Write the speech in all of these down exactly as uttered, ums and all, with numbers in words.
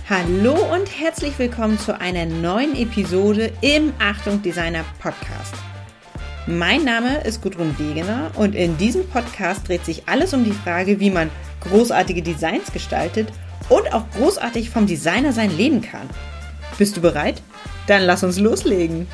Hallo und herzlich willkommen zu einer neuen Episode im Achtung Designer Podcast. Mein Name ist Gudrun Wegener und in diesem Podcast dreht sich alles um die Frage, wie man großartige Designs gestaltet und auch großartig vom Designer sein leben kann. Bist du bereit? Dann lass uns loslegen.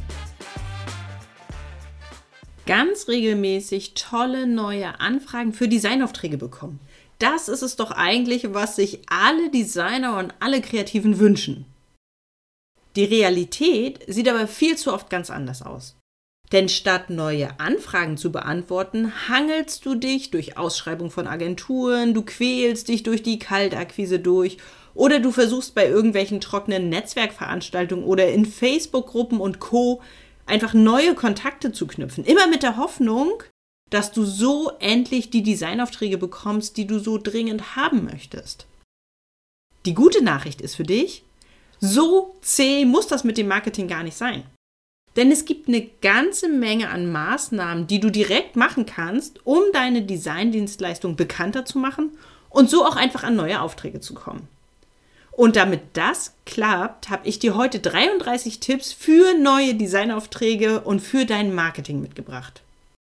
Ganz regelmäßig tolle neue Anfragen für Designaufträge bekommen. Das ist es doch eigentlich, was sich alle Designer und alle Kreativen wünschen. Die Realität sieht aber viel zu oft ganz anders aus. Denn statt neue Anfragen zu beantworten, hangelst du dich durch Ausschreibung von Agenturen, du quälst dich durch die Kaltakquise durch oder du versuchst bei irgendwelchen trockenen Netzwerkveranstaltungen oder in Facebook-Gruppen und Co. einfach neue Kontakte zu knüpfen. Immer mit der Hoffnung, dass du so endlich die Designaufträge bekommst, die du so dringend haben möchtest. Die gute Nachricht ist für dich, so zäh muss das mit dem Marketing gar nicht sein. Denn es gibt eine ganze Menge an Maßnahmen, die du direkt machen kannst, um deine Designdienstleistung bekannter zu machen und so auch einfach an neue Aufträge zu kommen. Und damit das klappt, habe ich dir heute dreiunddreißig Tipps für neue Designaufträge und für dein Marketing mitgebracht.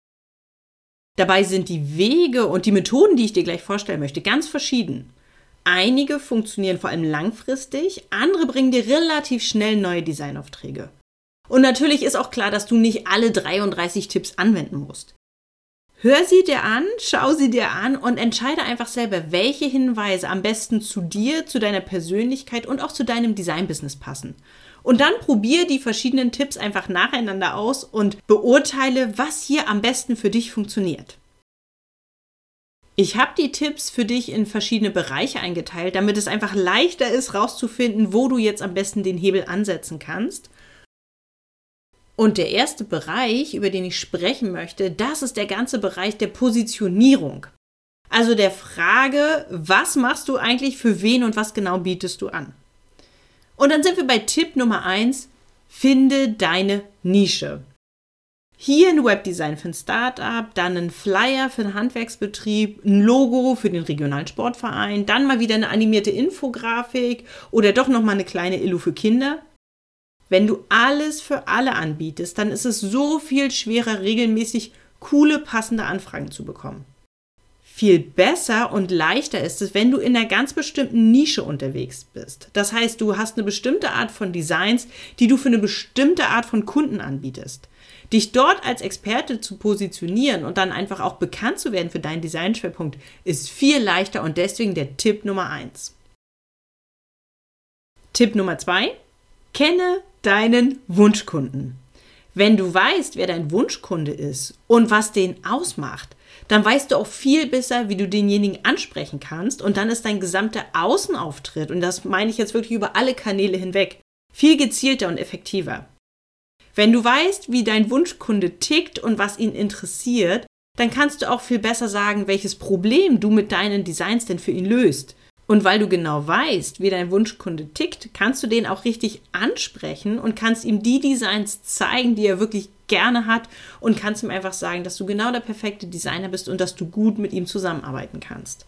Dabei sind die Wege und die Methoden, die ich dir gleich vorstellen möchte, ganz verschieden. Einige funktionieren vor allem langfristig, andere bringen dir relativ schnell neue Designaufträge. Und natürlich ist auch klar, dass du nicht alle dreiunddreißig Tipps anwenden musst. Hör sie dir an, schau sie dir an und entscheide einfach selber, welche Hinweise am besten zu dir, zu deiner Persönlichkeit und auch zu deinem Designbusiness passen. Und dann probier die verschiedenen Tipps einfach nacheinander aus und beurteile, was hier am besten für dich funktioniert. Ich habe die Tipps für dich in verschiedene Bereiche eingeteilt, damit es einfach leichter ist, rauszufinden, wo du jetzt am besten den Hebel ansetzen kannst. Und der erste Bereich, über den ich sprechen möchte, das ist der ganze Bereich der Positionierung. Also der Frage, was machst du eigentlich für wen und was genau bietest du an? Und dann sind wir bei Tipp Nummer eins, finde deine Nische. Hier ein Webdesign für ein Startup, dann ein Flyer für einen Handwerksbetrieb, ein Logo für den regionalen Sportverein, dann mal wieder eine animierte Infografik oder doch nochmal eine kleine Illu für Kinder. Wenn du alles für alle anbietest, dann ist es so viel schwerer, regelmäßig coole, passende Anfragen zu bekommen. Viel besser und leichter ist es, wenn du in einer ganz bestimmten Nische unterwegs bist. Das heißt, du hast eine bestimmte Art von Designs, die du für eine bestimmte Art von Kunden anbietest. Dich dort als Experte zu positionieren und dann einfach auch bekannt zu werden für deinen Designschwerpunkt ist viel leichter und deswegen der Tipp Nummer eins. Tipp Nummer zwei, kenne deinen Wunschkunden. Wenn du weißt, wer dein Wunschkunde ist und was den ausmacht, dann weißt du auch viel besser, wie du denjenigen ansprechen kannst und dann ist dein gesamter Außenauftritt, und das meine ich jetzt wirklich über alle Kanäle hinweg, viel gezielter und effektiver. Wenn du weißt, wie dein Wunschkunde tickt und was ihn interessiert, dann kannst du auch viel besser sagen, welches Problem du mit deinen Designs denn für ihn löst. Und weil du genau weißt, wie dein Wunschkunde tickt, kannst du den auch richtig ansprechen und kannst ihm die Designs zeigen, die er wirklich gerne hat und kannst ihm einfach sagen, dass du genau der perfekte Designer bist und dass du gut mit ihm zusammenarbeiten kannst.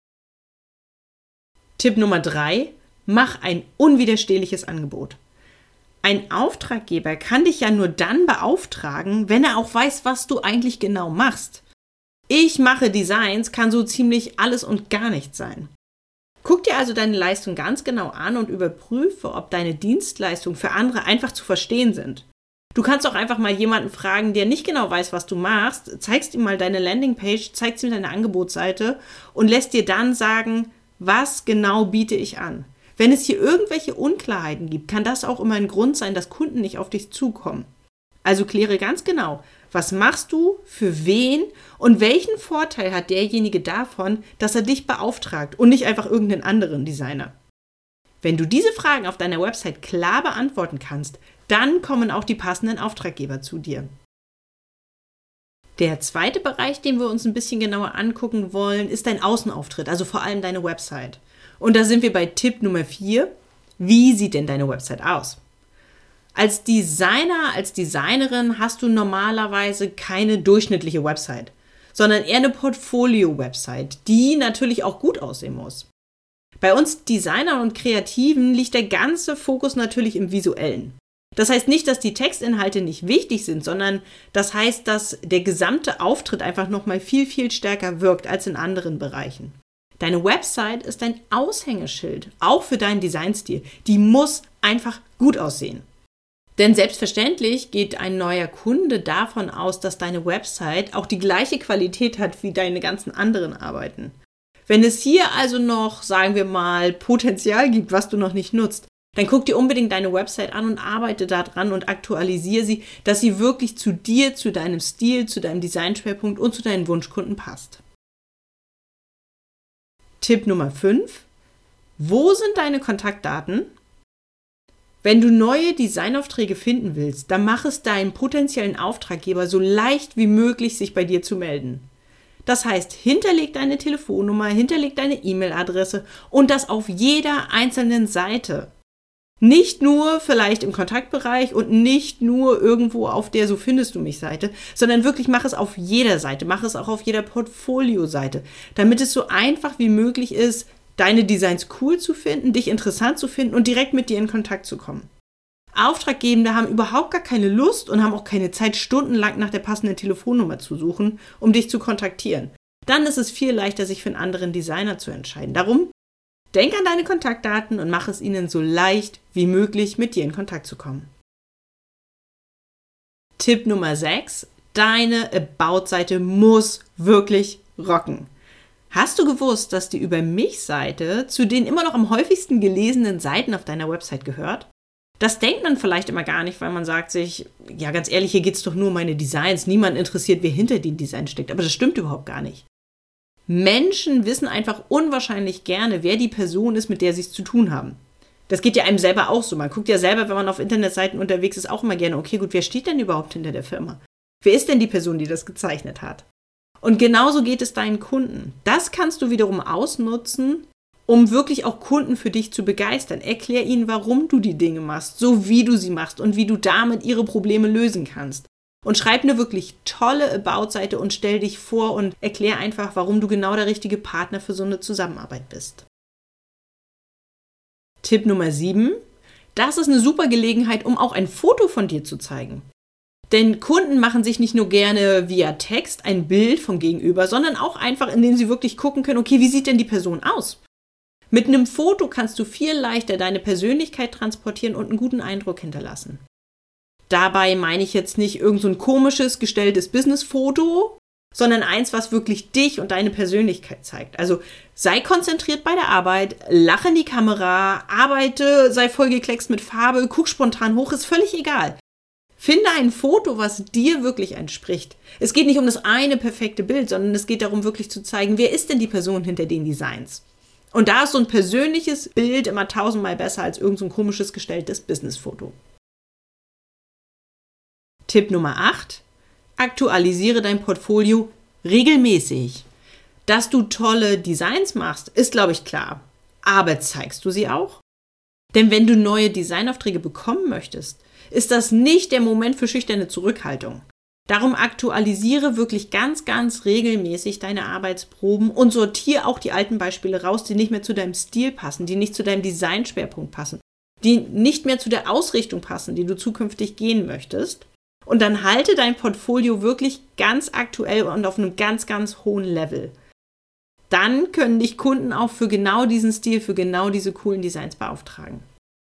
Tipp Nummer drei, mach ein unwiderstehliches Angebot. Ein Auftraggeber kann dich ja nur dann beauftragen, wenn er auch weiß, was du eigentlich genau machst. Ich mache Designs kann so ziemlich alles und gar nichts sein. Guck dir also deine Leistung ganz genau an und überprüfe, ob deine Dienstleistungen für andere einfach zu verstehen sind. Du kannst auch einfach mal jemanden fragen, der nicht genau weiß, was du machst, zeigst ihm mal deine Landingpage, zeigst ihm deine Angebotsseite und lässt dir dann sagen, was genau biete ich an. Wenn es hier irgendwelche Unklarheiten gibt, kann das auch immer ein Grund sein, dass Kunden nicht auf dich zukommen. Also kläre ganz genau, was machst du, für wen und welchen Vorteil hat derjenige davon, dass er dich beauftragt und nicht einfach irgendeinen anderen Designer. Wenn du diese Fragen auf deiner Website klar beantworten kannst, dann kommen auch die passenden Auftraggeber zu dir. Der zweite Bereich, den wir uns ein bisschen genauer angucken wollen, ist dein Außenauftritt, also vor allem deine Website. Und da sind wir bei Tipp Nummer vier. Wie sieht denn deine Website aus? Als Designer, als Designerin hast du normalerweise keine durchschnittliche Website, sondern eher eine Portfolio-Website, die natürlich auch gut aussehen muss. Bei uns Designern und Kreativen liegt der ganze Fokus natürlich im Visuellen. Das heißt nicht, dass die Textinhalte nicht wichtig sind, sondern das heißt, dass der gesamte Auftritt einfach nochmal viel, viel stärker wirkt als in anderen Bereichen. Deine Website ist ein Aushängeschild, auch für deinen Designstil. Die muss einfach gut aussehen. Denn selbstverständlich geht ein neuer Kunde davon aus, dass deine Website auch die gleiche Qualität hat wie deine ganzen anderen Arbeiten. Wenn es hier also noch, sagen wir mal, Potenzial gibt, was du noch nicht nutzt, dann guck dir unbedingt deine Website an und arbeite daran und aktualisiere sie, dass sie wirklich zu dir, zu deinem Stil, zu deinem Designschwerpunkt und zu deinen Wunschkunden passt. Tipp Nummer fünf. Wo sind deine Kontaktdaten? Wenn du neue Designaufträge finden willst, dann mach es deinem potenziellen Auftraggeber so leicht wie möglich, sich bei dir zu melden. Das heißt, hinterleg deine Telefonnummer, hinterleg deine E-Mail-Adresse und das auf jeder einzelnen Seite. Nicht nur vielleicht im Kontaktbereich und nicht nur irgendwo auf der So findest du mich Seite, sondern wirklich mach es auf jeder Seite, mach es auch auf jeder Portfolio-Seite, damit es so einfach wie möglich ist, deine Designs cool zu finden, dich interessant zu finden und direkt mit dir in Kontakt zu kommen. Auftraggebende haben überhaupt gar keine Lust und haben auch keine Zeit, stundenlang nach der passenden Telefonnummer zu suchen, um dich zu kontaktieren. Dann ist es viel leichter, sich für einen anderen Designer zu entscheiden. Darum denk an deine Kontaktdaten und mach es ihnen so leicht wie möglich, mit dir in Kontakt zu kommen. Tipp Nummer sechs. Deine About-Seite muss wirklich rocken. Hast du gewusst, dass die Über mich-Seite zu den immer noch am häufigsten gelesenen Seiten auf deiner Website gehört? Das denkt man vielleicht immer gar nicht, weil man sagt sich, ja ganz ehrlich, hier geht es doch nur um meine Designs. Niemand interessiert, wer hinter den Designs steckt. Aber das stimmt überhaupt gar nicht. Menschen wissen einfach unwahrscheinlich gerne, wer die Person ist, mit der sie es zu tun haben. Das geht ja einem selber auch so. Man guckt ja selber, wenn man auf Internetseiten unterwegs ist, auch immer gerne, okay, gut, wer steht denn überhaupt hinter der Firma? Wer ist denn die Person, die das gezeichnet hat? Und genauso geht es deinen Kunden. Das kannst du wiederum ausnutzen, um wirklich auch Kunden für dich zu begeistern. Erklär ihnen, warum du die Dinge machst, so wie du sie machst und wie du damit ihre Probleme lösen kannst. Und schreib eine wirklich tolle About-Seite und stell dich vor und erklär einfach, warum du genau der richtige Partner für so eine Zusammenarbeit bist. Tipp Nummer sieben. Das ist eine super Gelegenheit, um auch ein Foto von dir zu zeigen. Denn Kunden machen sich nicht nur gerne via Text ein Bild vom Gegenüber, sondern auch einfach, indem sie wirklich gucken können, okay, wie sieht denn die Person aus? Mit einem Foto kannst du viel leichter deine Persönlichkeit transportieren und einen guten Eindruck hinterlassen. Dabei meine ich jetzt nicht irgend so ein komisches, gestelltes Business-Foto, sondern eins, was wirklich dich und deine Persönlichkeit zeigt. Also sei konzentriert bei der Arbeit, lach in die Kamera, arbeite, sei vollgekleckst mit Farbe, guck spontan hoch, ist völlig egal. Finde ein Foto, was dir wirklich entspricht. Es geht nicht um das eine perfekte Bild, sondern es geht darum, wirklich zu zeigen, wer ist denn die Person hinter den Designs. Und da ist so ein persönliches Bild immer tausendmal besser als irgend so ein komisches gestelltes Businessfoto. Tipp Nummer acht. Aktualisiere dein Portfolio regelmäßig. Dass du tolle Designs machst, ist, glaube ich, klar. Aber zeigst du sie auch? Denn wenn du neue Designaufträge bekommen möchtest, ist das nicht der Moment für schüchterne Zurückhaltung. Darum aktualisiere wirklich ganz, ganz regelmäßig deine Arbeitsproben und sortiere auch die alten Beispiele raus, die nicht mehr zu deinem Stil passen, die nicht zu deinem Designschwerpunkt passen, die nicht mehr zu der Ausrichtung passen, die du zukünftig gehen möchtest. Und dann halte dein Portfolio wirklich ganz aktuell und auf einem ganz, ganz hohen Level. Dann können dich Kunden auch für genau diesen Stil, für genau diese coolen Designs beauftragen.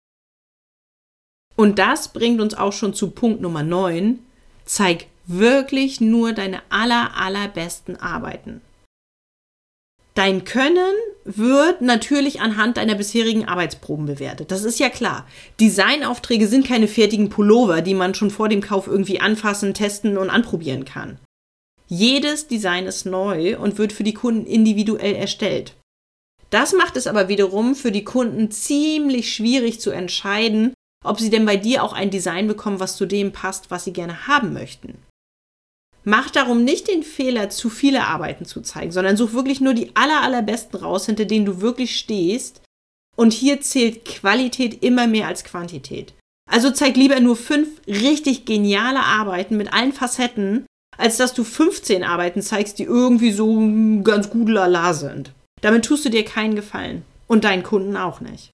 Und das bringt uns auch schon zu Punkt Nummer neun. Zeig wirklich nur deine aller, allerbesten Arbeiten. Dein Können wird natürlich anhand deiner bisherigen Arbeitsproben bewertet. Das ist ja klar. Designaufträge sind keine fertigen Pullover, die man schon vor dem Kauf irgendwie anfassen, testen und anprobieren kann. Jedes Design ist neu und wird für die Kunden individuell erstellt. Das macht es aber wiederum für die Kunden ziemlich schwierig zu entscheiden, ob sie denn bei dir auch ein Design bekommen, was zu dem passt, was sie gerne haben möchten. Mach darum nicht den Fehler, zu viele Arbeiten zu zeigen, sondern such wirklich nur die aller, allerbesten raus, hinter denen du wirklich stehst. Und hier zählt Qualität immer mehr als Quantität. Also zeig lieber nur fünf richtig geniale Arbeiten mit allen Facetten, als dass du fünfzehn Arbeiten zeigst, die irgendwie so ganz gut lala sind. Damit tust du dir keinen Gefallen. und deinen Kunden auch nicht.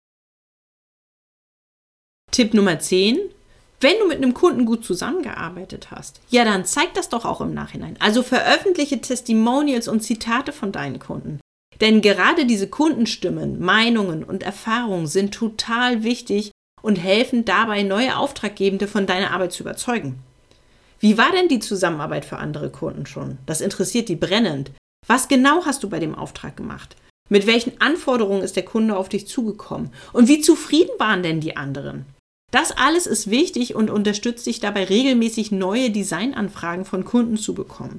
Tipp Nummer zehn. Wenn du mit einem Kunden gut zusammengearbeitet hast, ja, dann zeig das doch auch im Nachhinein. Also veröffentliche Testimonials und Zitate von deinen Kunden. Denn gerade diese Kundenstimmen, Meinungen und Erfahrungen sind total wichtig und helfen dabei, neue Auftraggebende von deiner Arbeit zu überzeugen. Wie war denn die Zusammenarbeit für andere Kunden schon? Das interessiert die brennend. Was genau hast du bei dem Auftrag gemacht? Mit welchen Anforderungen ist der Kunde auf dich zugekommen? Und wie zufrieden waren denn die anderen? Das alles ist wichtig und unterstützt dich dabei, regelmäßig neue Designanfragen von Kunden zu bekommen.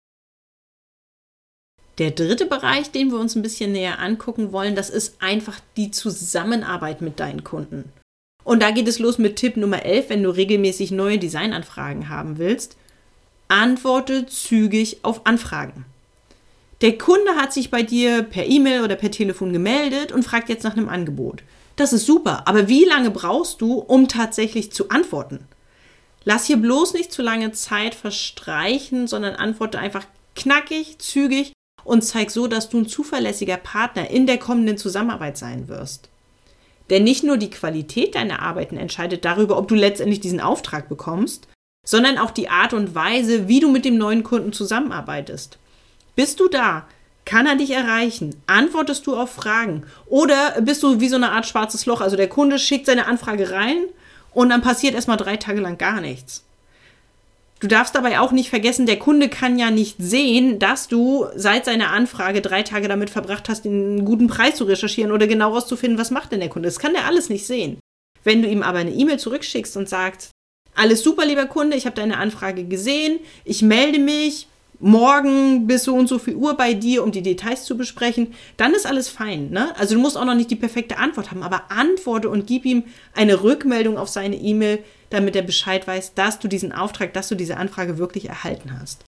Der dritte Bereich, den wir uns ein bisschen näher angucken wollen, das ist einfach die Zusammenarbeit mit deinen Kunden. Und da geht es los mit Tipp Nummer elf, wenn du regelmäßig neue Designanfragen haben willst. Antworte zügig auf Anfragen. Der Kunde hat sich bei dir per E-Mail oder per Telefon gemeldet und fragt jetzt nach einem Angebot. Das ist super, aber wie lange brauchst du, um tatsächlich zu antworten? Lass hier bloß nicht zu lange Zeit verstreichen, sondern antworte einfach knackig, zügig und zeig so, dass du ein zuverlässiger Partner in der kommenden Zusammenarbeit sein wirst. Denn nicht nur die Qualität deiner Arbeiten entscheidet darüber, ob du letztendlich diesen Auftrag bekommst, sondern auch die Art und Weise, wie du mit dem neuen Kunden zusammenarbeitest. Bist du da? Kann er dich erreichen? Antwortest du auf Fragen? Oder bist du wie so eine Art schwarzes Loch? Also der Kunde schickt seine Anfrage rein und dann passiert erstmal drei Tage lang gar nichts. Du darfst dabei auch nicht vergessen, der Kunde kann ja nicht sehen, dass du seit seiner Anfrage drei Tage damit verbracht hast, einen guten Preis zu recherchieren oder genau rauszufinden, was macht denn der Kunde. Das kann der alles nicht sehen. Wenn du ihm aber eine E-Mail zurückschickst und sagst, alles super, lieber Kunde, ich habe deine Anfrage gesehen, ich melde mich morgen bis so und so viel Uhr bei dir, um die Details zu besprechen, dann ist alles fein, ne? Also du musst auch noch nicht die perfekte Antwort haben, aber antworte und gib ihm eine Rückmeldung auf seine E-Mail, damit er Bescheid weiß, dass du diesen Auftrag, dass du diese Anfrage wirklich erhalten hast.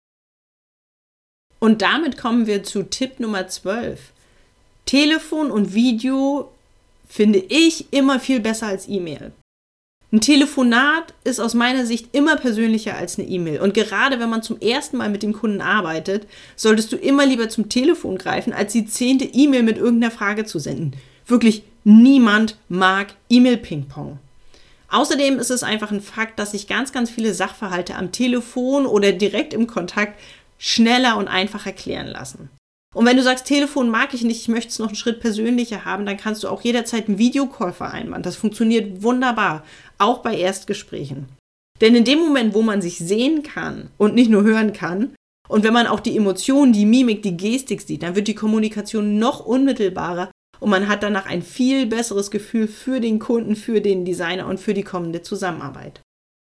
Und damit kommen wir zu Tipp Nummer zwölf. Telefon und Video finde ich immer viel besser als E-Mail. Ein Telefonat ist aus meiner Sicht immer persönlicher als eine E-Mail. Und gerade wenn man zum ersten Mal mit dem Kunden arbeitet, solltest du immer lieber zum Telefon greifen, als die zehnte E-Mail mit irgendeiner Frage zu senden. Wirklich niemand mag E-Mail-Ping-Pong. Außerdem ist es einfach ein Fakt, dass sich ganz, ganz viele Sachverhalte am Telefon oder direkt im Kontakt schneller und einfacher klären lassen. Und wenn du sagst, Telefon mag ich nicht, ich möchte es noch einen Schritt persönlicher haben, dann kannst du auch jederzeit einen Videocall vereinbaren. Das funktioniert wunderbar, auch bei Erstgesprächen. Denn in dem Moment, wo man sich sehen kann und nicht nur hören kann, und wenn man auch die Emotionen, die Mimik, die Gestik sieht, dann wird die Kommunikation noch unmittelbarer und man hat danach ein viel besseres Gefühl für den Kunden, für den Designer und für die kommende Zusammenarbeit.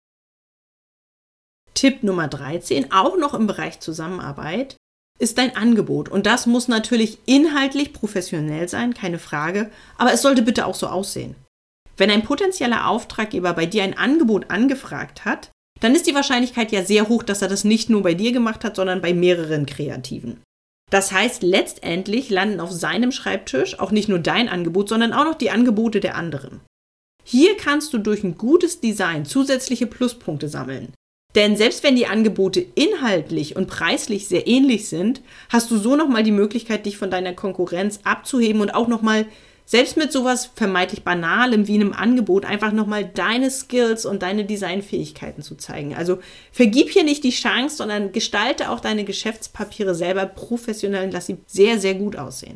Tipp Nummer dreizehn, auch noch im Bereich Zusammenarbeit, ist dein Angebot. Und das muss natürlich inhaltlich professionell sein, keine Frage, aber es sollte bitte auch so aussehen. Wenn ein potenzieller Auftraggeber bei dir ein Angebot angefragt hat, dann ist die Wahrscheinlichkeit ja sehr hoch, dass er das nicht nur bei dir gemacht hat, sondern bei mehreren Kreativen. Das heißt, letztendlich landen auf seinem Schreibtisch auch nicht nur dein Angebot, sondern auch noch die Angebote der anderen. Hier kannst du durch ein gutes Design zusätzliche Pluspunkte sammeln. Denn selbst wenn die Angebote inhaltlich und preislich sehr ähnlich sind, hast du so nochmal die Möglichkeit, dich von deiner Konkurrenz abzuheben und auch nochmal, selbst mit sowas vermeintlich Banalem wie einem Angebot, einfach nochmal deine Skills und deine Designfähigkeiten zu zeigen. Also vergib hier nicht die Chance, sondern gestalte auch deine Geschäftspapiere selber professionell und lass sie sehr, sehr gut aussehen.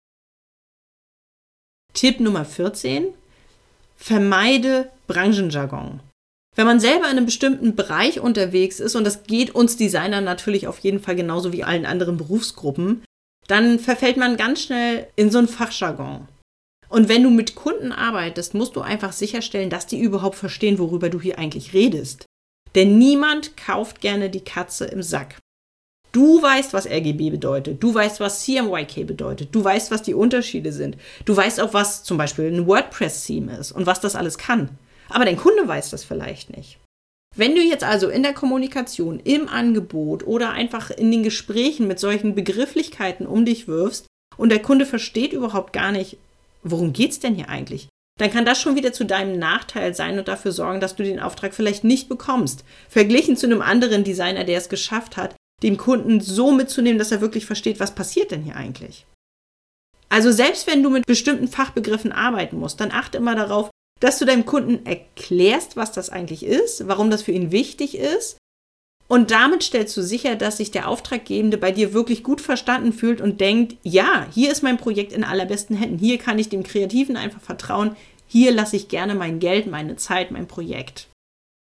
Tipp Nummer vierzehn. Vermeide Branchenjargon. Wenn man selber in einem bestimmten Bereich unterwegs ist, und das geht uns Designern natürlich auf jeden Fall genauso wie allen anderen Berufsgruppen, dann verfällt man ganz schnell in so ein Fachjargon. Und wenn du mit Kunden arbeitest, musst du einfach sicherstellen, dass die überhaupt verstehen, worüber du hier eigentlich redest. Denn niemand kauft gerne die Katze im Sack. Du weißt, was R G B bedeutet. Du weißt, was C M Y K bedeutet. Du weißt, was die Unterschiede sind. Du weißt auch, was zum Beispiel ein WordPress-Theme ist und was das alles kann. Aber dein Kunde weiß das vielleicht nicht. Wenn du jetzt also in der Kommunikation, im Angebot oder einfach in den Gesprächen mit solchen Begrifflichkeiten um dich wirfst und der Kunde versteht überhaupt gar nicht, worum geht's denn hier eigentlich, dann kann das schon wieder zu deinem Nachteil sein und dafür sorgen, dass du den Auftrag vielleicht nicht bekommst. Verglichen zu einem anderen Designer, der es geschafft hat, den Kunden so mitzunehmen, dass er wirklich versteht, was passiert denn hier eigentlich. Also selbst wenn du mit bestimmten Fachbegriffen arbeiten musst, dann achte immer darauf, dass du deinem Kunden erklärst, was das eigentlich ist, warum das für ihn wichtig ist. Und damit stellst du sicher, dass sich der Auftraggebende bei dir wirklich gut verstanden fühlt und denkt, ja, hier ist mein Projekt in allerbesten Händen. Hier kann ich dem Kreativen einfach vertrauen. Hier lasse ich gerne mein Geld, meine Zeit, mein Projekt.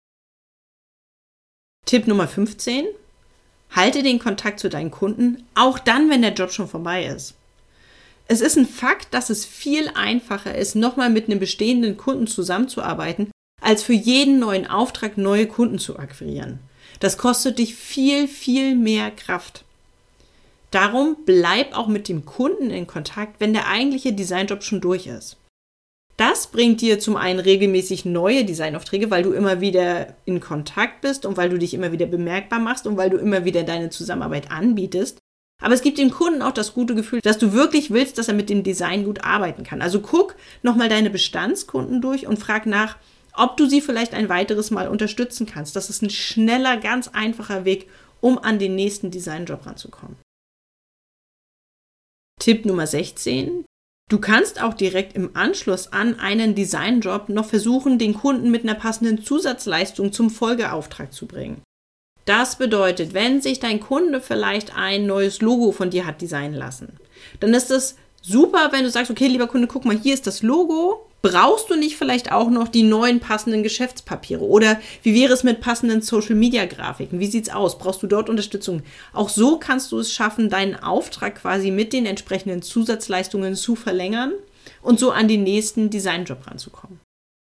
Tipp Nummer fünfzehn. Halte den Kontakt zu deinen Kunden, auch dann, wenn der Job schon vorbei ist. Es ist ein Fakt, dass es viel einfacher ist, nochmal mit einem bestehenden Kunden zusammenzuarbeiten, als für jeden neuen Auftrag neue Kunden zu akquirieren. Das kostet dich viel, viel mehr Kraft. Darum bleib auch mit dem Kunden in Kontakt, wenn der eigentliche Designjob schon durch ist. Das bringt dir zum einen regelmäßig neue Designaufträge, weil du immer wieder in Kontakt bist und weil du dich immer wieder bemerkbar machst und weil du immer wieder deine Zusammenarbeit anbietest. Aber es gibt dem Kunden auch das gute Gefühl, dass du wirklich willst, dass er mit dem Design gut arbeiten kann. Also guck nochmal deine Bestandskunden durch und frag nach, ob du sie vielleicht ein weiteres Mal unterstützen kannst. Das ist ein schneller, ganz einfacher Weg, um an den nächsten Designjob ranzukommen. Tipp Nummer sechzehn. Du kannst auch direkt im Anschluss an einen Designjob noch versuchen, den Kunden mit einer passenden Zusatzleistung zum Folgeauftrag zu bringen. Das bedeutet, wenn sich dein Kunde vielleicht ein neues Logo von dir hat designen lassen, dann ist es super, wenn du sagst, okay, lieber Kunde, guck mal, hier ist das Logo. Brauchst du nicht vielleicht auch noch die neuen passenden Geschäftspapiere? Oder wie wäre es mit passenden Social-Media-Grafiken? Wie sieht's aus? Brauchst du dort Unterstützung? Auch so kannst du es schaffen, deinen Auftrag quasi mit den entsprechenden Zusatzleistungen zu verlängern und so an den nächsten Designjob ranzukommen.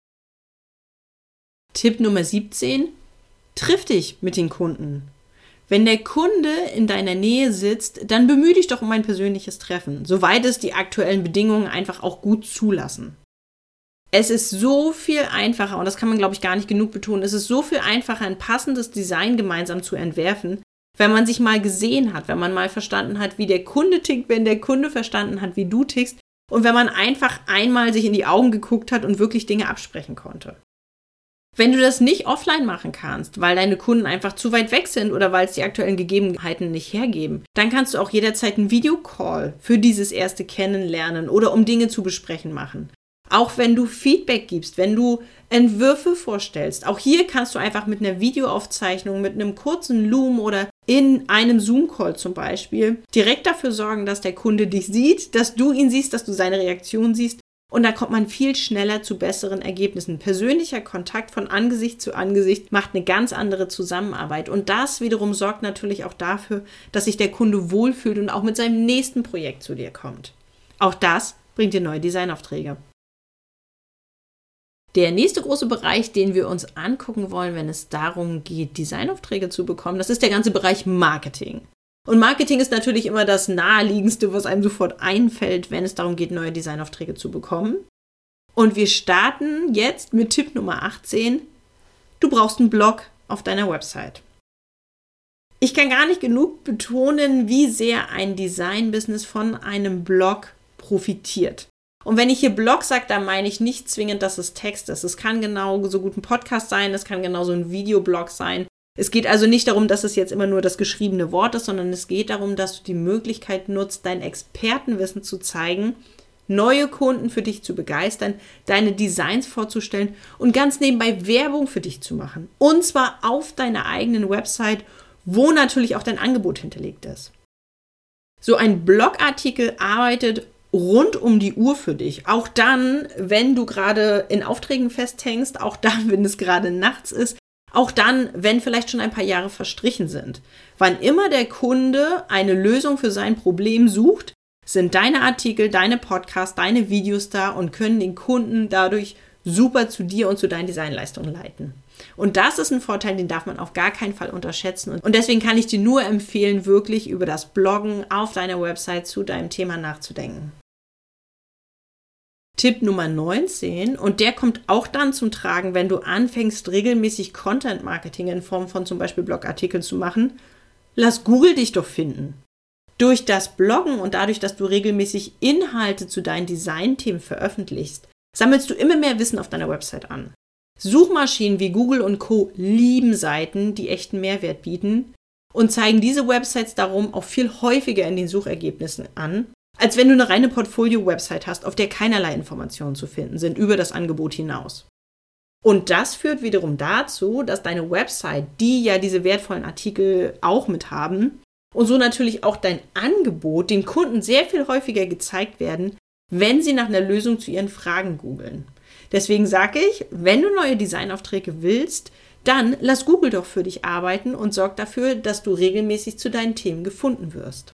Tipp Nummer siebzehn. Triff dich mit den Kunden. Wenn der Kunde in deiner Nähe sitzt, dann bemühe dich doch um ein persönliches Treffen, soweit es die aktuellen Bedingungen einfach auch gut zulassen. Es ist so viel einfacher, und das kann man, glaube ich, gar nicht genug betonen, es ist so viel einfacher, ein passendes Design gemeinsam zu entwerfen, wenn man sich mal gesehen hat, wenn man mal verstanden hat, wie der Kunde tickt, wenn der Kunde verstanden hat, wie du tickst und wenn man einfach einmal sich in die Augen geguckt hat und wirklich Dinge absprechen konnte. Wenn du das nicht offline machen kannst, weil deine Kunden einfach zu weit weg sind oder weil es die aktuellen Gegebenheiten nicht hergeben, dann kannst du auch jederzeit einen Videocall für dieses erste Kennenlernen oder um Dinge zu besprechen machen. Auch wenn du Feedback gibst, wenn du Entwürfe vorstellst. Auch hier kannst du einfach mit einer Videoaufzeichnung, mit einem kurzen Loom oder in einem Zoom-Call zum Beispiel direkt dafür sorgen, dass der Kunde dich sieht, dass du ihn siehst, dass du seine Reaktion siehst. Und da kommt man viel schneller zu besseren Ergebnissen. Persönlicher Kontakt von Angesicht zu Angesicht macht eine ganz andere Zusammenarbeit. Und das wiederum sorgt natürlich auch dafür, dass sich der Kunde wohlfühlt und auch mit seinem nächsten Projekt zu dir kommt. Auch das bringt dir neue Designaufträge. Der nächste große Bereich, den wir uns angucken wollen, wenn es darum geht, Designaufträge zu bekommen, das ist der ganze Bereich Marketing. Und Marketing ist natürlich immer das Naheliegendste, was einem sofort einfällt, wenn es darum geht, neue Designaufträge zu bekommen. Und wir starten jetzt mit Tipp Nummer achtzehn. Du brauchst einen Blog auf deiner Website. Ich kann gar nicht genug betonen, wie sehr ein Design-Business von einem Blog profitiert. Und wenn ich hier Blog sage, dann meine ich nicht zwingend, dass es Text ist. Es kann genauso gut ein Podcast sein, es kann genauso ein Videoblog sein. Es geht also nicht darum, dass es jetzt immer nur das geschriebene Wort ist, sondern es geht darum, dass du die Möglichkeit nutzt, dein Expertenwissen zu zeigen, neue Kunden für dich zu begeistern, deine Designs vorzustellen und ganz nebenbei Werbung für dich zu machen. Und zwar auf deiner eigenen Website, wo natürlich auch dein Angebot hinterlegt ist. So ein Blogartikel arbeitet rund um die Uhr für dich. Auch dann, wenn du gerade in Aufträgen festhängst, auch dann, wenn es gerade nachts ist, auch dann, wenn vielleicht schon ein paar Jahre verstrichen sind. Wann immer der Kunde eine Lösung für sein Problem sucht, sind deine Artikel, deine Podcasts, deine Videos da und können den Kunden dadurch super zu dir und zu deinen Designleistungen leiten. Und das ist ein Vorteil, den darf man auf gar keinen Fall unterschätzen. Und deswegen kann ich dir nur empfehlen, wirklich über das Bloggen auf deiner Website zu deinem Thema nachzudenken. Tipp Nummer neunzehn, und der kommt auch dann zum Tragen, wenn du anfängst, regelmäßig Content-Marketing in Form von zum Beispiel Blogartikeln zu machen. Lass Google dich doch finden. Durch das Bloggen und dadurch, dass du regelmäßig Inhalte zu deinen Designthemen veröffentlichst, sammelst du immer mehr Wissen auf deiner Website an. Suchmaschinen wie Google und Co. lieben Seiten, die echten Mehrwert bieten und zeigen diese Websites darum auch viel häufiger in den Suchergebnissen an, als wenn du eine reine Portfolio-Website hast, auf der keinerlei Informationen zu finden sind über das Angebot hinaus. Und das führt wiederum dazu, dass deine Website, die ja diese wertvollen Artikel auch mit haben, und so natürlich auch dein Angebot den Kunden sehr viel häufiger gezeigt werden, wenn sie nach einer Lösung zu ihren Fragen googeln. Deswegen sage ich, wenn du neue Designaufträge willst, dann lass Google doch für dich arbeiten und sorg dafür, dass du regelmäßig zu deinen Themen gefunden wirst.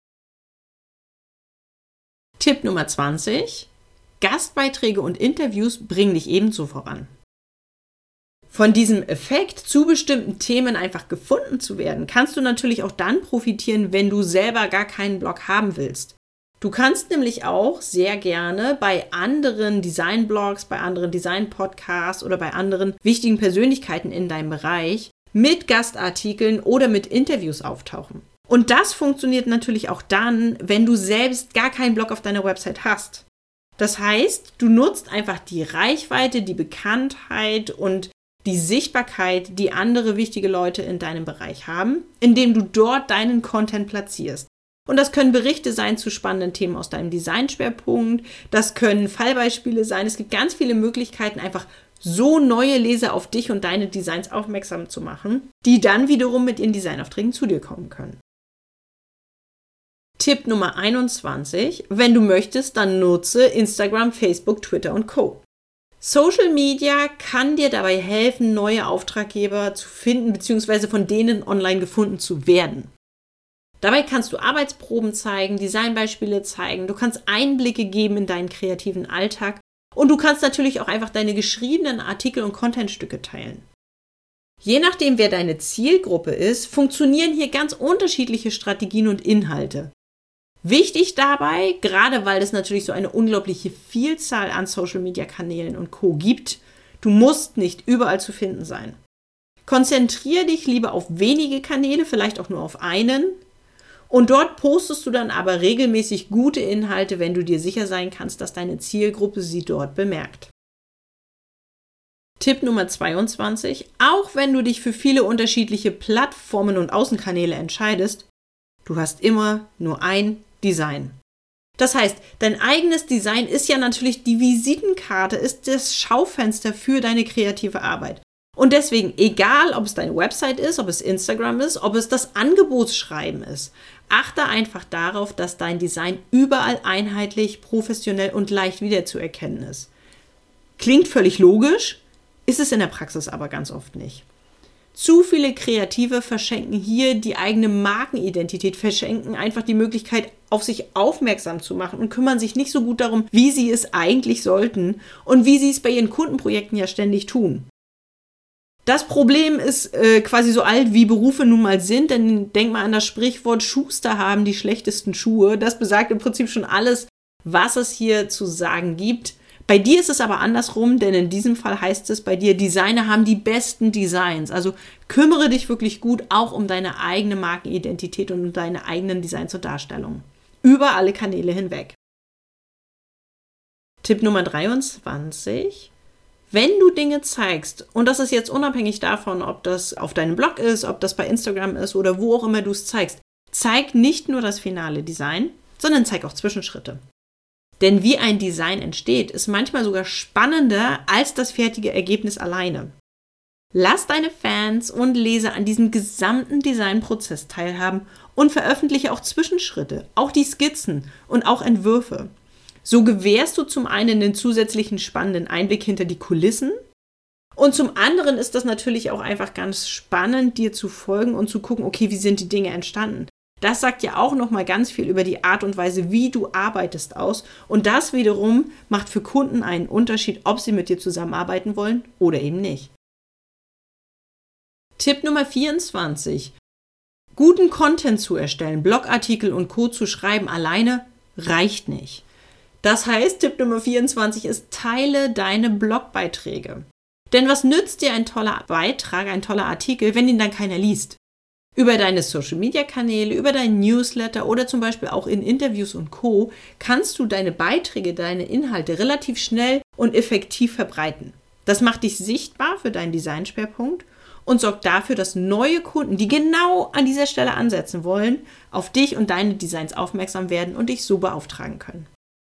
Tipp Nummer zwanzig. Gastbeiträge und Interviews bringen dich ebenso voran. Von diesem Effekt, zu bestimmten Themen einfach gefunden zu werden, kannst du natürlich auch dann profitieren, wenn du selber gar keinen Blog haben willst. Du kannst nämlich auch sehr gerne bei anderen Designblogs, bei anderen Design-Podcasts oder bei anderen wichtigen Persönlichkeiten in deinem Bereich mit Gastartikeln oder mit Interviews auftauchen. Und das funktioniert natürlich auch dann, wenn du selbst gar keinen Blog auf deiner Website hast. Das heißt, du nutzt einfach die Reichweite, die Bekanntheit und die Sichtbarkeit, die andere wichtige Leute in deinem Bereich haben, indem du dort deinen Content platzierst. Und das können Berichte sein zu spannenden Themen aus deinem Designschwerpunkt, das können Fallbeispiele sein. Es gibt ganz viele Möglichkeiten, einfach so neue Leser auf dich und deine Designs aufmerksam zu machen, die dann wiederum mit ihren Designaufträgen zu dir kommen können. Tipp Nummer einundzwanzig. Wenn du möchtest, dann nutze Instagram, Facebook, Twitter und Co. Social Media kann dir dabei helfen, neue Auftraggeber zu finden bzw. von denen online gefunden zu werden. Dabei kannst du Arbeitsproben zeigen, Designbeispiele zeigen, du kannst Einblicke geben in deinen kreativen Alltag und du kannst natürlich auch einfach deine geschriebenen Artikel und Contentstücke teilen. Je nachdem, wer deine Zielgruppe ist, funktionieren hier ganz unterschiedliche Strategien und Inhalte. Wichtig dabei, gerade weil es natürlich so eine unglaubliche Vielzahl an Social-Media-Kanälen und Co. gibt, du musst nicht überall zu finden sein. Konzentriere dich lieber auf wenige Kanäle, vielleicht auch nur auf einen, und dort postest du dann aber regelmäßig gute Inhalte, wenn du dir sicher sein kannst, dass deine Zielgruppe sie dort bemerkt. Tipp Nummer zweiundzwanzig. Auch wenn du dich für viele unterschiedliche Plattformen und Außenkanäle entscheidest, du hast immer nur ein Design. Das heißt, dein eigenes Design ist ja natürlich die Visitenkarte, ist das Schaufenster für deine kreative Arbeit. Und deswegen, egal ob es deine Website ist, ob es Instagram ist, ob es das Angebotsschreiben ist, achte einfach darauf, dass dein Design überall einheitlich, professionell und leicht wiederzuerkennen ist. Klingt völlig logisch, ist es in der Praxis aber ganz oft nicht. Zu viele Kreative verschenken hier die eigene Markenidentität, verschenken einfach die Möglichkeit, auf sich aufmerksam zu machen und kümmern sich nicht so gut darum, wie sie es eigentlich sollten und wie sie es bei ihren Kundenprojekten ja ständig tun. Das Problem ist äh, quasi so alt, wie Berufe nun mal sind, denn denk mal an das Sprichwort, Schuster haben die schlechtesten Schuhe. Das besagt im Prinzip schon alles, was es hier zu sagen gibt. Bei dir ist es aber andersrum, denn in diesem Fall heißt es bei dir, Designer haben die besten Designs. Also kümmere dich wirklich gut auch um deine eigene Markenidentität und um deine eigenen Designs und Darstellungen. Über alle Kanäle hinweg. Tipp Nummer dreiundzwanzig. Wenn du Dinge zeigst, und das ist jetzt unabhängig davon, ob das auf deinem Blog ist, ob das bei Instagram ist oder wo auch immer du es zeigst, zeig nicht nur das finale Design, sondern zeig auch Zwischenschritte. Denn wie ein Design entsteht, ist manchmal sogar spannender als das fertige Ergebnis alleine. Lass deine Fans und Leser an diesem gesamten Designprozess teilhaben und veröffentliche auch Zwischenschritte, auch die Skizzen und auch Entwürfe. So gewährst du zum einen den zusätzlichen spannenden Einblick hinter die Kulissen und zum anderen ist das natürlich auch einfach ganz spannend, dir zu folgen und zu gucken, okay, wie sind die Dinge entstanden. Das sagt ja auch nochmal ganz viel über die Art und Weise, wie du arbeitest aus und das wiederum macht für Kunden einen Unterschied, ob sie mit dir zusammenarbeiten wollen oder eben nicht. Tipp Nummer vierundzwanzig. Guten Content zu erstellen, Blogartikel und Co. zu schreiben alleine reicht nicht. Das heißt, Tipp Nummer vierundzwanzig ist, teile deine Blogbeiträge. Denn was nützt dir ein toller Beitrag, ein toller Artikel, wenn ihn dann keiner liest? Über deine Social-Media-Kanäle, über deinen Newsletter oder zum Beispiel auch in Interviews und Co. kannst du deine Beiträge, deine Inhalte relativ schnell und effektiv verbreiten. Das macht dich sichtbar für deinen Designschwerpunkt und sorgt dafür, dass neue Kunden, die genau an dieser Stelle ansetzen wollen, auf dich und deine Designs aufmerksam werden und dich so beauftragen können.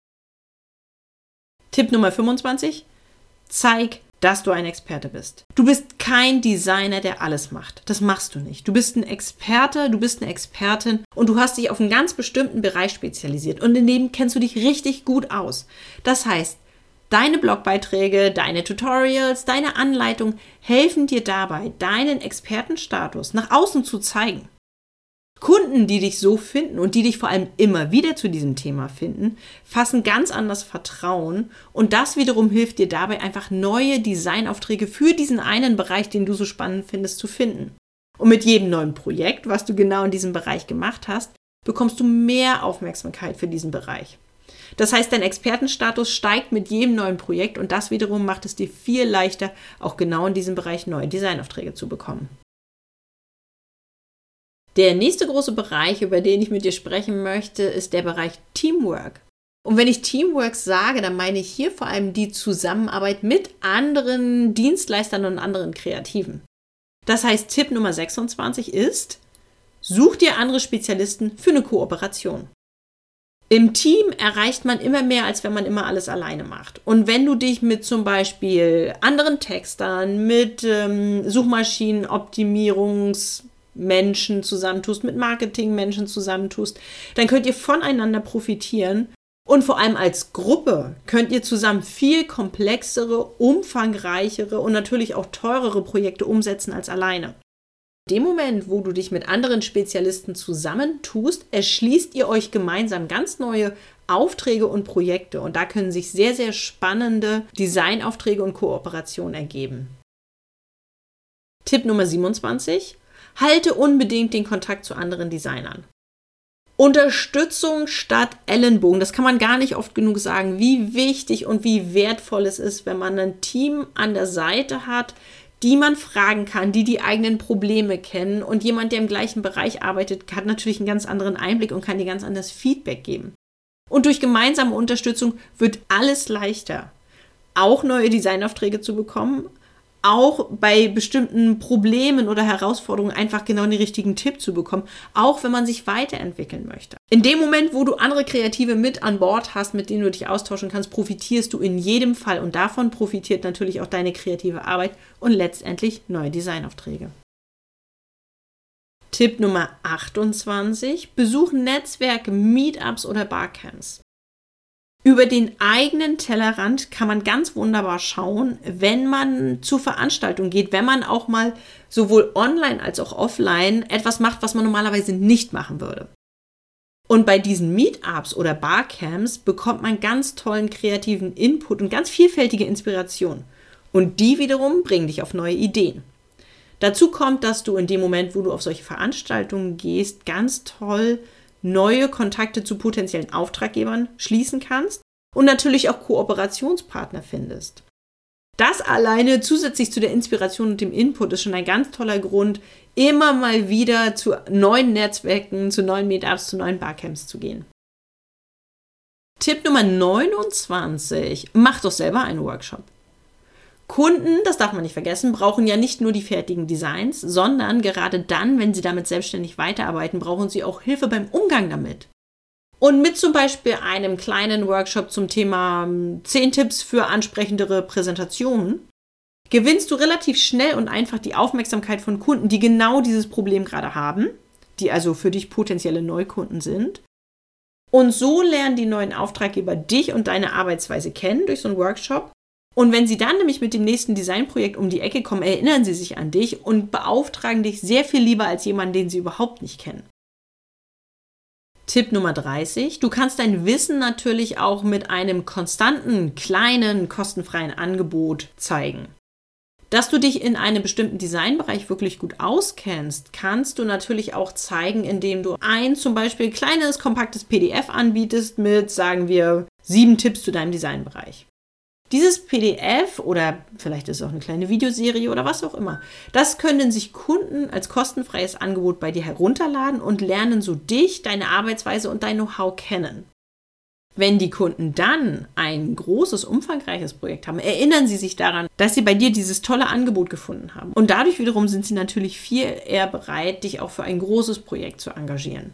Tipp Nummer fünfundzwanzig. Zeig, dass du ein Experte bist. Du bist kein Designer, der alles macht. Das machst du nicht. Du bist ein Experte, du bist eine Expertin und du hast dich auf einen ganz bestimmten Bereich spezialisiert und in dem kennst du dich richtig gut aus. Das heißt, deine Blogbeiträge, deine Tutorials, deine Anleitung helfen dir dabei, deinen Expertenstatus nach außen zu zeigen. Kunden, die dich so finden und die dich vor allem immer wieder zu diesem Thema finden, fassen ganz anders Vertrauen und das wiederum hilft dir dabei, einfach neue Designaufträge für diesen einen Bereich, den du so spannend findest, zu finden. Und mit jedem neuen Projekt, was du genau in diesem Bereich gemacht hast, bekommst du mehr Aufmerksamkeit für diesen Bereich. Das heißt, dein Expertenstatus steigt mit jedem neuen Projekt und das wiederum macht es dir viel leichter, auch genau in diesem Bereich neue Designaufträge zu bekommen. Der nächste große Bereich, über den ich mit dir sprechen möchte, ist der Bereich Teamwork. Und wenn ich Teamwork sage, dann meine ich hier vor allem die Zusammenarbeit mit anderen Dienstleistern und anderen Kreativen. Das heißt, Tipp Nummer sechsundzwanzig ist, such dir andere Spezialisten für eine Kooperation. Im Team erreicht man immer mehr, als wenn man immer alles alleine macht. Und wenn du dich mit zum Beispiel anderen Textern, mit ähm, Suchmaschinenoptimierungs Menschen zusammentust, mit Marketingmenschen zusammentust, dann könnt ihr voneinander profitieren und vor allem als Gruppe könnt ihr zusammen viel komplexere, umfangreichere und natürlich auch teurere Projekte umsetzen als alleine. In dem Moment, wo du dich mit anderen Spezialisten zusammentust, erschließt ihr euch gemeinsam ganz neue Aufträge und Projekte und da können sich sehr, sehr spannende Designaufträge und Kooperationen ergeben. Tipp Nummer siebenundzwanzig. Halte unbedingt den Kontakt zu anderen Designern. Unterstützung statt Ellenbogen. Das kann man gar nicht oft genug sagen, wie wichtig und wie wertvoll es ist, wenn man ein Team an der Seite hat, die man fragen kann, die die eigenen Probleme kennen und jemand, der im gleichen Bereich arbeitet, hat natürlich einen ganz anderen Einblick und kann dir ganz anderes Feedback geben. Und durch gemeinsame Unterstützung wird alles leichter, auch neue Designaufträge zu bekommen, auch bei bestimmten Problemen oder Herausforderungen einfach genau den richtigen Tipp zu bekommen, auch wenn man sich weiterentwickeln möchte. In dem Moment, wo du andere Kreative mit an Bord hast, mit denen du dich austauschen kannst, profitierst du in jedem Fall und davon profitiert natürlich auch deine kreative Arbeit und letztendlich neue Designaufträge. Tipp Nummer achtundzwanzig. Besuch Netzwerke, Meetups oder Barcamps. Über den eigenen Tellerrand kann man ganz wunderbar schauen, wenn man zu Veranstaltungen geht, wenn man auch mal sowohl online als auch offline etwas macht, was man normalerweise nicht machen würde. Und bei diesen Meetups oder Barcamps bekommt man ganz tollen kreativen Input und ganz vielfältige Inspiration. Und die wiederum bringen dich auf neue Ideen. Dazu kommt, dass du in dem Moment, wo du auf solche Veranstaltungen gehst, ganz toll neue Kontakte zu potenziellen Auftraggebern schließen kannst und natürlich auch Kooperationspartner findest. Das alleine zusätzlich zu der Inspiration und dem Input ist schon ein ganz toller Grund, immer mal wieder zu neuen Netzwerken, zu neuen Meetups, zu neuen Barcamps zu gehen. Tipp Nummer neunundzwanzig. Mach doch selber einen Workshop. Kunden, das darf man nicht vergessen, brauchen ja nicht nur die fertigen Designs, sondern gerade dann, wenn sie damit selbstständig weiterarbeiten, brauchen sie auch Hilfe beim Umgang damit. Und mit zum Beispiel einem kleinen Workshop zum Thema zehn Tipps für ansprechendere Präsentationen gewinnst du relativ schnell und einfach die Aufmerksamkeit von Kunden, die genau dieses Problem gerade haben, die also für dich potenzielle Neukunden sind. Und so lernen die neuen Auftraggeber dich und deine Arbeitsweise kennen durch so einen Workshop. Und wenn sie dann nämlich mit dem nächsten Designprojekt um die Ecke kommen, erinnern sie sich an dich und beauftragen dich sehr viel lieber als jemanden, den sie überhaupt nicht kennen. Tipp Nummer dreißig. Du kannst dein Wissen natürlich auch mit einem konstanten, kleinen, kostenfreien Angebot zeigen. Dass du dich in einem bestimmten Designbereich wirklich gut auskennst, kannst du natürlich auch zeigen, indem du ein zum Beispiel kleines, kompaktes P D F anbietest mit, sagen wir, sieben Tipps zu deinem Designbereich. Dieses P D F oder vielleicht ist es auch eine kleine Videoserie oder was auch immer, das können sich Kunden als kostenfreies Angebot bei dir herunterladen und lernen so dich, deine Arbeitsweise und dein Know-how kennen. Wenn die Kunden dann ein großes, umfangreiches Projekt haben, erinnern sie sich daran, dass sie bei dir dieses tolle Angebot gefunden haben. Und dadurch wiederum sind sie natürlich viel eher bereit, dich auch für ein großes Projekt zu engagieren.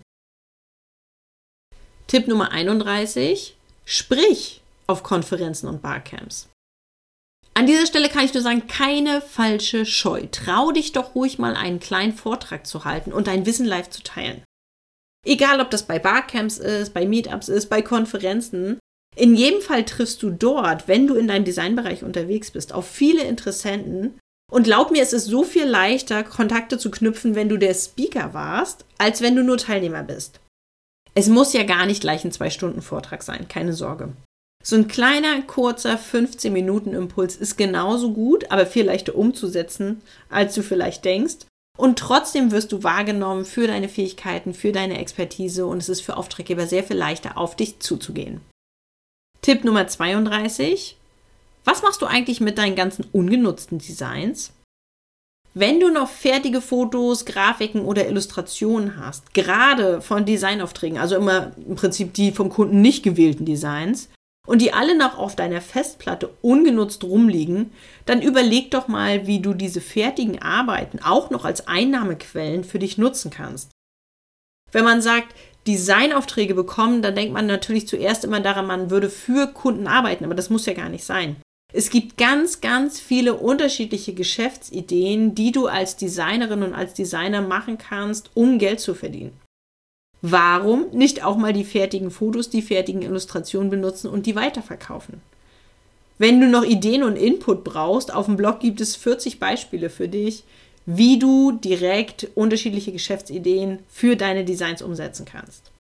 Tipp Nummer einunddreißig. Sprich auf Konferenzen und Barcamps. An dieser Stelle kann ich nur sagen, keine falsche Scheu. Trau dich doch ruhig mal, einen kleinen Vortrag zu halten und dein Wissen live zu teilen. Egal, ob das bei Barcamps ist, bei Meetups ist, bei Konferenzen. In jedem Fall triffst du dort, wenn du in deinem Designbereich unterwegs bist, auf viele Interessenten. Und glaub mir, es ist so viel leichter, Kontakte zu knüpfen, wenn du der Speaker warst, als wenn du nur Teilnehmer bist. Es muss ja gar nicht gleich ein zwei Stunden Vortrag sein, keine Sorge. So ein kleiner, kurzer fünfzehn Minuten Impuls ist genauso gut, aber viel leichter umzusetzen, als du vielleicht denkst. Und trotzdem wirst du wahrgenommen für deine Fähigkeiten, für deine Expertise und es ist für Auftraggeber sehr viel leichter, auf dich zuzugehen. Tipp Nummer zweiunddreißig. Was machst du eigentlich mit deinen ganzen ungenutzten Designs? Wenn du noch fertige Fotos, Grafiken oder Illustrationen hast, gerade von Designaufträgen, also immer im Prinzip die vom Kunden nicht gewählten Designs, und die alle noch auf deiner Festplatte ungenutzt rumliegen, dann überleg doch mal, wie du diese fertigen Arbeiten auch noch als Einnahmequellen für dich nutzen kannst. Wenn man sagt, Designaufträge bekommen, dann denkt man natürlich zuerst immer daran, man würde für Kunden arbeiten, aber das muss ja gar nicht sein. Es gibt ganz, ganz viele unterschiedliche Geschäftsideen, die du als Designerin und als Designer machen kannst, um Geld zu verdienen. Warum nicht auch mal die fertigen Fotos, die fertigen Illustrationen benutzen und die weiterverkaufen? Wenn du noch Ideen und Input brauchst, auf dem Blog gibt es vierzig Beispiele für dich, wie du direkt unterschiedliche Geschäftsideen für deine Designs umsetzen kannst.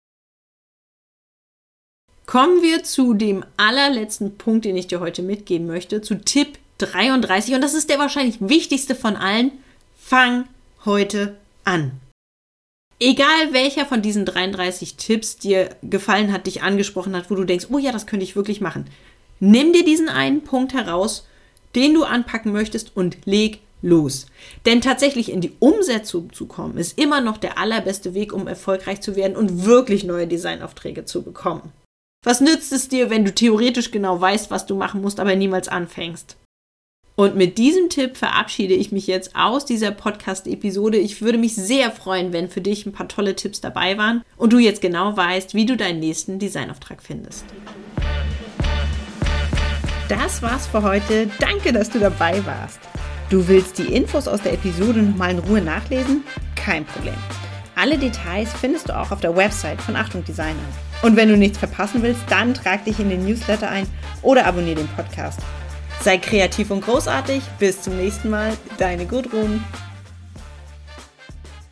Kommen wir zu dem allerletzten Punkt, den ich dir heute mitgeben möchte, zu Tipp dreiunddreißig. Und das ist der wahrscheinlich wichtigste von allen. Fang heute an. Egal welcher von diesen dreiunddreißig Tipps dir gefallen hat, dich angesprochen hat, wo du denkst, oh ja, das könnte ich wirklich machen. Nimm dir diesen einen Punkt heraus, den du anpacken möchtest und leg los. Denn tatsächlich in die Umsetzung zu kommen, ist immer noch der allerbeste Weg, um erfolgreich zu werden und wirklich neue Designaufträge zu bekommen. Was nützt es dir, wenn du theoretisch genau weißt, was du machen musst, aber niemals anfängst? Und mit diesem Tipp verabschiede ich mich jetzt aus dieser Podcast-Episode. Ich würde mich sehr freuen, wenn für dich ein paar tolle Tipps dabei waren und du jetzt genau weißt, wie du deinen nächsten Designauftrag findest. Das war's für heute. Danke, dass du dabei warst. Du willst die Infos aus der Episode nochmal in Ruhe nachlesen? Kein Problem. Alle Details findest du auch auf der Website von Achtung Designer. Und wenn du nichts verpassen willst, dann trag dich in den Newsletter ein oder abonniere den Podcast. Sei kreativ und großartig. Bis zum nächsten Mal. Deine Gudrun.